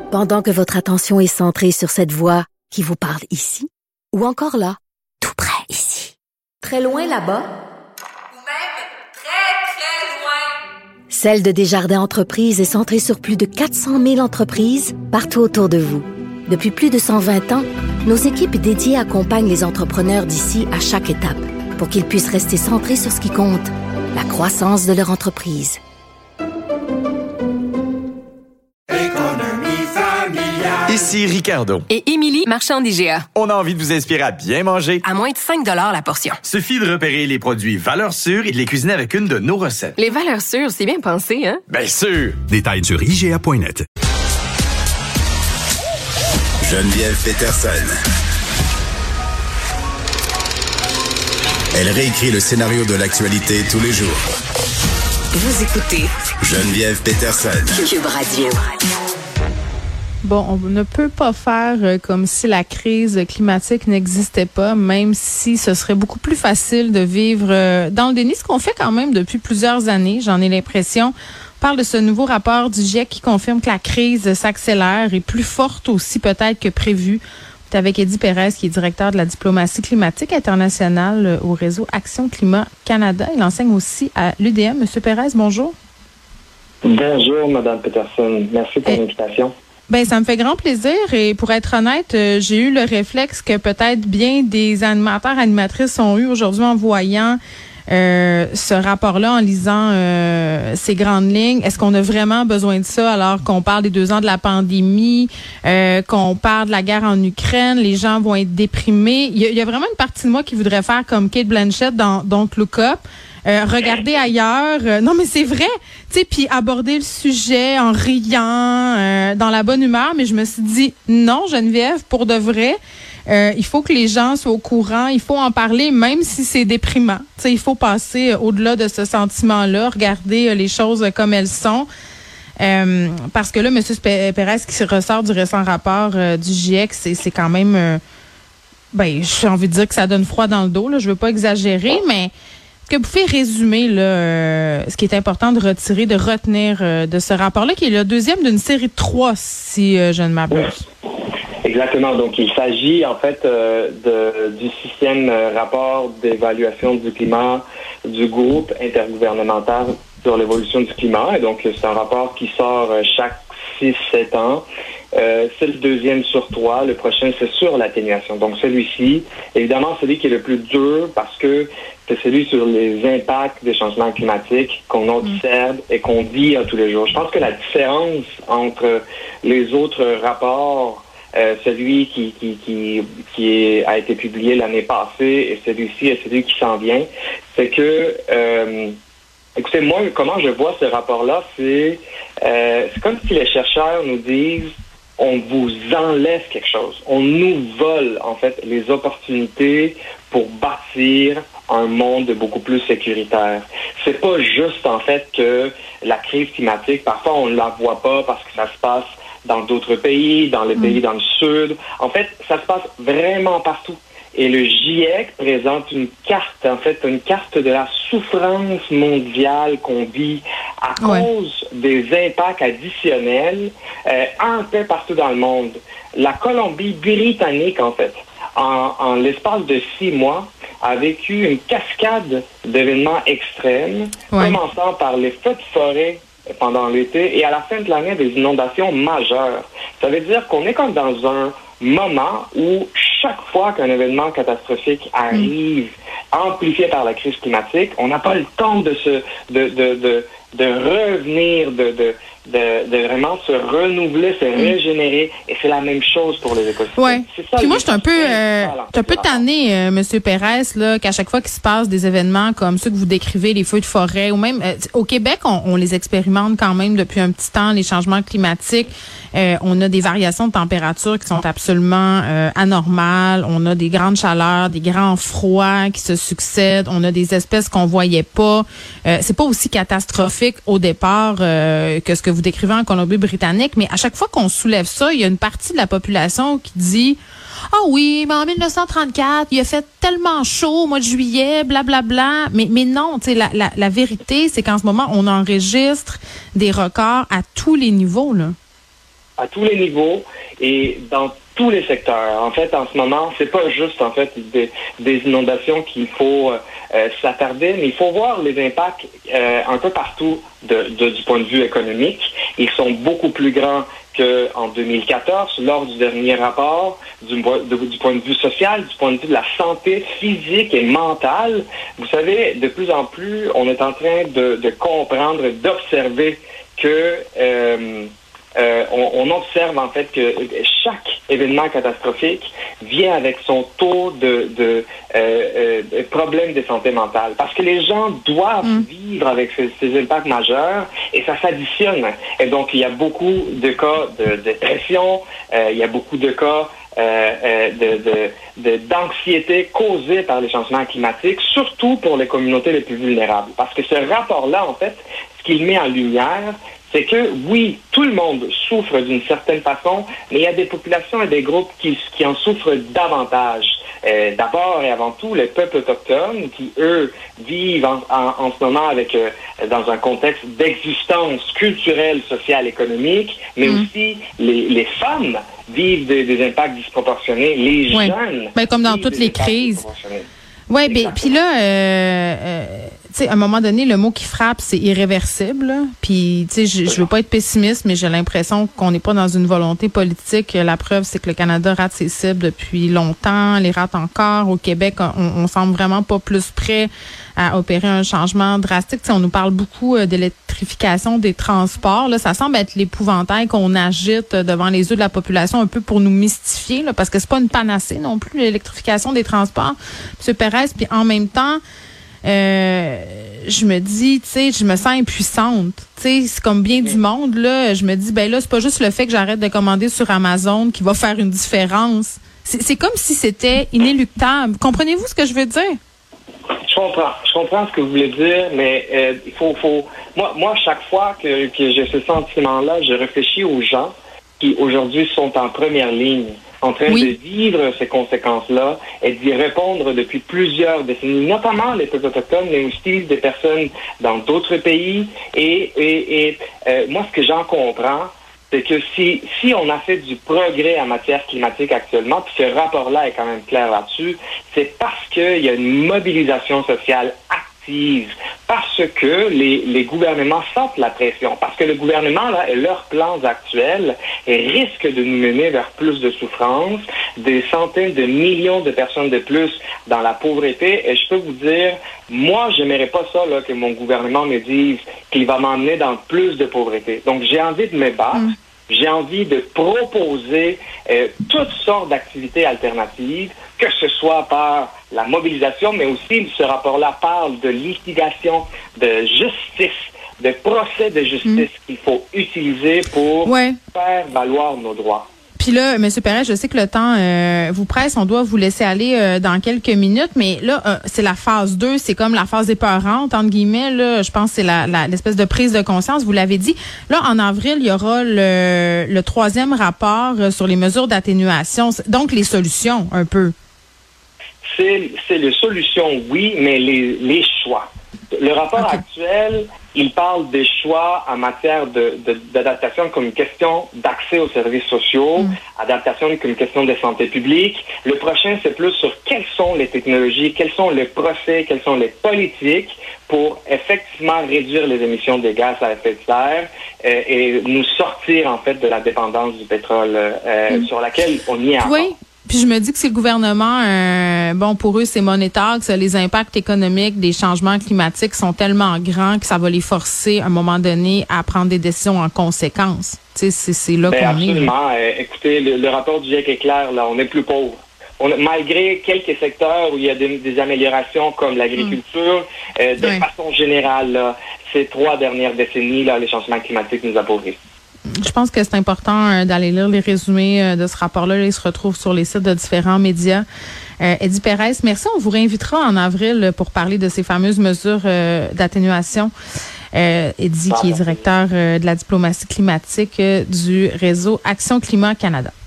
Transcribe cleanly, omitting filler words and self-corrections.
Pendant que votre attention est centrée sur cette voix qui vous parle ici, ou encore là, tout près ici, très loin là-bas, ou même très, très loin. Celle de Desjardins Entreprises est centrée sur plus de 400 000 entreprises partout autour de vous. Depuis plus de 120 ans, nos équipes dédiées accompagnent les entrepreneurs d'ici à chaque étape pour qu'ils puissent rester centrés sur ce qui compte, la croissance de leur entreprise. Ici Ricardo. Et Émilie, marchand d'IGA. On a envie de vous inspirer à bien manger. À moins de 5 $ la portion. Suffit de repérer les produits valeurs sûres et de les cuisiner avec une de nos recettes. Les valeurs sûres, c'est bien pensé, hein? Bien sûr! Détails sur IGA.net. Geneviève Peterson. Elle réécrit le scénario de l'actualité tous les jours. Vous écoutez Geneviève Peterson. Cube Radio. Bon, on ne peut pas faire comme si la crise climatique n'existait pas, même si ce serait beaucoup plus facile de vivre dans le déni, ce qu'on fait quand même depuis plusieurs années, j'en ai l'impression. On parle de ce nouveau rapport du GIEC qui confirme que la crise s'accélère et plus forte aussi peut-être que prévu. C'est avec Eddie Perez, qui est directeur de la diplomatie climatique internationale au réseau Action Climat Canada. Il enseigne aussi à l'UDM. Monsieur Perez, bonjour. Bonjour, Madame Peterson. Merci pour l'invitation. Ben, ça me fait grand plaisir et pour être honnête, j'ai eu le réflexe que peut-être bien des animateurs, animatrices ont eu aujourd'hui en voyant ce rapport-là, en lisant ces grandes lignes. Est-ce qu'on a vraiment besoin de ça alors qu'on parle des 2 ans de la pandémie, qu'on parle de la guerre en Ukraine, les gens vont être déprimés. Il y a vraiment une partie de moi qui voudrait faire comme Kate Blanchett dans Don't Look Up. Regarder ailleurs. Non, mais c'est vrai. Tu sais, puis aborder le sujet en riant, dans la bonne humeur. Mais je me suis dit, non, Geneviève, pour de vrai, il faut que les gens soient au courant. Il faut en parler, même si c'est déprimant. Tu sais, il faut passer au-delà de ce sentiment-là, regarder les choses comme elles sont. Parce que là, M. Perez, qui ressort du récent rapport du GIEC, c'est quand même... j'ai envie de dire que ça donne froid dans le dos. Là, je veux pas exagérer, mais... Est-ce que vous pouvez résumer là, ce qui est important de retenir de ce rapport-là, qui est le deuxième d'une série de 3, si je ne m'abuse? Exactement. Donc, il s'agit en fait du 6e rapport d'évaluation du climat du groupe intergouvernemental sur l'évolution du climat. Et donc, c'est un rapport qui sort chaque 6-7 ans. C'est le 2e sur 3. Le prochain, c'est sur l'atténuation. Donc, celui-ci, évidemment, celui qui est le plus dur parce que c'est celui sur les impacts des changements climatiques qu'on observe et qu'on vit tous les jours. Je pense que la différence entre les autres rapports, celui qui a été publié l'année passée et celui-ci et celui qui s'en vient, c'est que... écoutez, moi, comment je vois ce rapport-là, c'est comme si les chercheurs nous disent on vous enlève quelque chose. On nous vole, en fait, les opportunités pour bâtir un monde beaucoup plus sécuritaire. C'est pas juste, en fait, que la crise climatique, parfois on ne la voit pas parce que ça se passe dans d'autres pays, dans les pays dans le sud. En fait, ça se passe vraiment partout. Et le GIEC présente une carte, en fait, une carte de la souffrance mondiale qu'on vit à cause des impacts additionnels un peu partout dans le monde. La Colombie-Britannique, en fait, en l'espace de 6 mois, a vécu une cascade d'événements extrêmes, commençant par les feux de forêt pendant l'été et à la fin de l'année, des inondations majeures. Ça veut dire qu'on est comme dans un moment où chaque fois qu'un événement catastrophique arrive, amplifié par la crise climatique, on n'a pas le temps de revenir, de vraiment se renouveler, se régénérer. Et c'est la même chose pour les écosystèmes. Ouais. Puis moi, je suis un peu tannée, M. Perez, là, qu'à chaque fois qu'il se passe des événements comme ceux que vous décrivez, les feux de forêt, ou même au Québec, on les expérimente quand même depuis un petit temps, les changements climatiques. On a des variations de température qui sont absolument anormales. On a des grandes chaleurs, des grands froids qui se succèdent. On a des espèces qu'on voyait pas. C'est pas aussi catastrophique au départ que ce que vous décrivez en Colombie-Britannique, mais à chaque fois qu'on soulève ça, il y a une partie de la population qui dit « Ah oui, mais en 1934, il a fait tellement chaud au mois de juillet, blablabla. » Mais non, tu sais, la vérité, c'est qu'en ce moment, on enregistre des records à tous les niveaux, là. à tous les niveaux et dans tous les secteurs. En fait, en ce moment, c'est pas juste en fait des inondations qu'il faut s'attarder, mais il faut voir les impacts un peu partout du point de vue économique. Ils sont beaucoup plus grands qu'en 2014, lors du dernier rapport, du point de vue social, du point de vue de la santé physique et mentale. Vous savez, de plus en plus, on est en train de comprendre, d'observer que on observe en fait que chaque événement catastrophique vient avec son taux de problèmes de santé mentale. Parce que les gens doivent vivre avec ces impacts majeurs et ça s'additionne. Et donc, il y a beaucoup de cas de dépression, il y a beaucoup de cas d'anxiété causée par les changements climatiques, surtout pour les communautés les plus vulnérables. Parce que ce rapport-là, en fait, ce qu'il met en lumière, c'est que, oui, tout le monde souffre d'une certaine façon, mais il y a des populations et des groupes qui en souffrent davantage. D'abord et avant tout, les peuples autochtones qui, eux, vivent en ce moment dans un contexte d'existence culturelle, sociale, économique, mais aussi les femmes vivent des impacts disproportionnés, les jeunes... comme dans toutes les crises. Oui, puis là, tu sais, à un moment donné, le mot qui frappe, c'est irréversible. Puis, tu sais, je veux pas être pessimiste, mais j'ai l'impression qu'on n'est pas dans une volonté politique. La preuve, c'est que le Canada rate ses cibles depuis longtemps, les rate encore. Au Québec, on semble vraiment pas plus prêt à opérer un changement drastique. Tu sais, on nous parle beaucoup d'électrification des transports. Là, ça semble être l'épouvantail qu'on agite devant les yeux de la population un peu pour nous mystifier, là, parce que c'est pas une panacée non plus, l'électrification des transports. M. Pérez, puis en même temps, je me dis, tu sais, je me sens impuissante. Tu sais, c'est comme bien du monde, là. Je me dis, ben là, c'est pas juste le fait que j'arrête de commander sur Amazon qui va faire une différence. C'est comme si c'était inéluctable. Comprenez-vous ce que je veux dire? Je comprends ce que vous voulez dire, mais il faut moi chaque fois que j'ai ce sentiment-là, je réfléchis aux gens qui aujourd'hui sont en première ligne, en train de vivre ces conséquences-là et d'y répondre depuis plusieurs décennies, notamment les peuples autochtones, mais aussi des personnes dans d'autres pays. Et moi, ce que j'en comprends, c'est que si on a fait du progrès en matière climatique actuellement, puis ce rapport-là est quand même clair là-dessus, c'est parce qu'il y a une mobilisation sociale active, parce que les gouvernements sentent la pression, parce que le gouvernement, là, et leurs plans actuels risquent de nous mener vers plus de souffrance, des centaines de millions de personnes de plus dans la pauvreté. Et je peux vous dire, moi, j'aimerais pas ça, là, que mon gouvernement me dise qu'il va m'emmener dans plus de pauvreté. Donc, j'ai envie de me battre. J'ai envie de proposer toutes sortes d'activités alternatives, que ce soit par la mobilisation, mais aussi ce rapport-là parle de liquidation, de justice, de procès de justice qu'il faut utiliser pour faire valoir nos droits. Puis là, M. Pérez, je sais que le temps vous presse, on doit vous laisser aller dans quelques minutes, mais là, c'est la phase 2, c'est comme la phase épeurante, entre guillemets, là, je pense que c'est l'espèce de prise de conscience, vous l'avez dit. Là, en avril, il y aura le troisième rapport sur les mesures d'atténuation, donc les solutions, un peu. C'est les solutions, oui, mais les choix. Le rapport actuel, il parle des choix en matière d'adaptation comme une question d'accès aux services sociaux, adaptation comme une question de santé publique. Le prochain, c'est plus sur quelles sont les technologies, quels sont les procès, quelles sont les politiques pour effectivement réduire les émissions de gaz à effet de serre et nous sortir en fait de la dépendance du pétrole sur laquelle on y est encore. Oui. Puis je me dis que si le gouvernement, bon, pour eux, c'est monétaire, que les impacts économiques des changements climatiques sont tellement grands que ça va les forcer, à un moment donné, à prendre des décisions en conséquence. Tu sais, c'est là qu'on absolument. Écoutez, le rapport du GIEC est clair, là, on est plus pauvre. Malgré quelques secteurs où il y a des améliorations comme l'agriculture, de façon générale, là, ces 3 dernières décennies, là, les changements climatiques nous appauvrissent. Je pense que c'est important d'aller lire les résumés de ce rapport-là. Il se retrouve sur les sites de différents médias. Eddy Pérez, merci. On vous réinvitera en avril pour parler de ces fameuses mesures d'atténuation. Eddy, qui est directeur de la diplomatie climatique du réseau Action Climat Canada.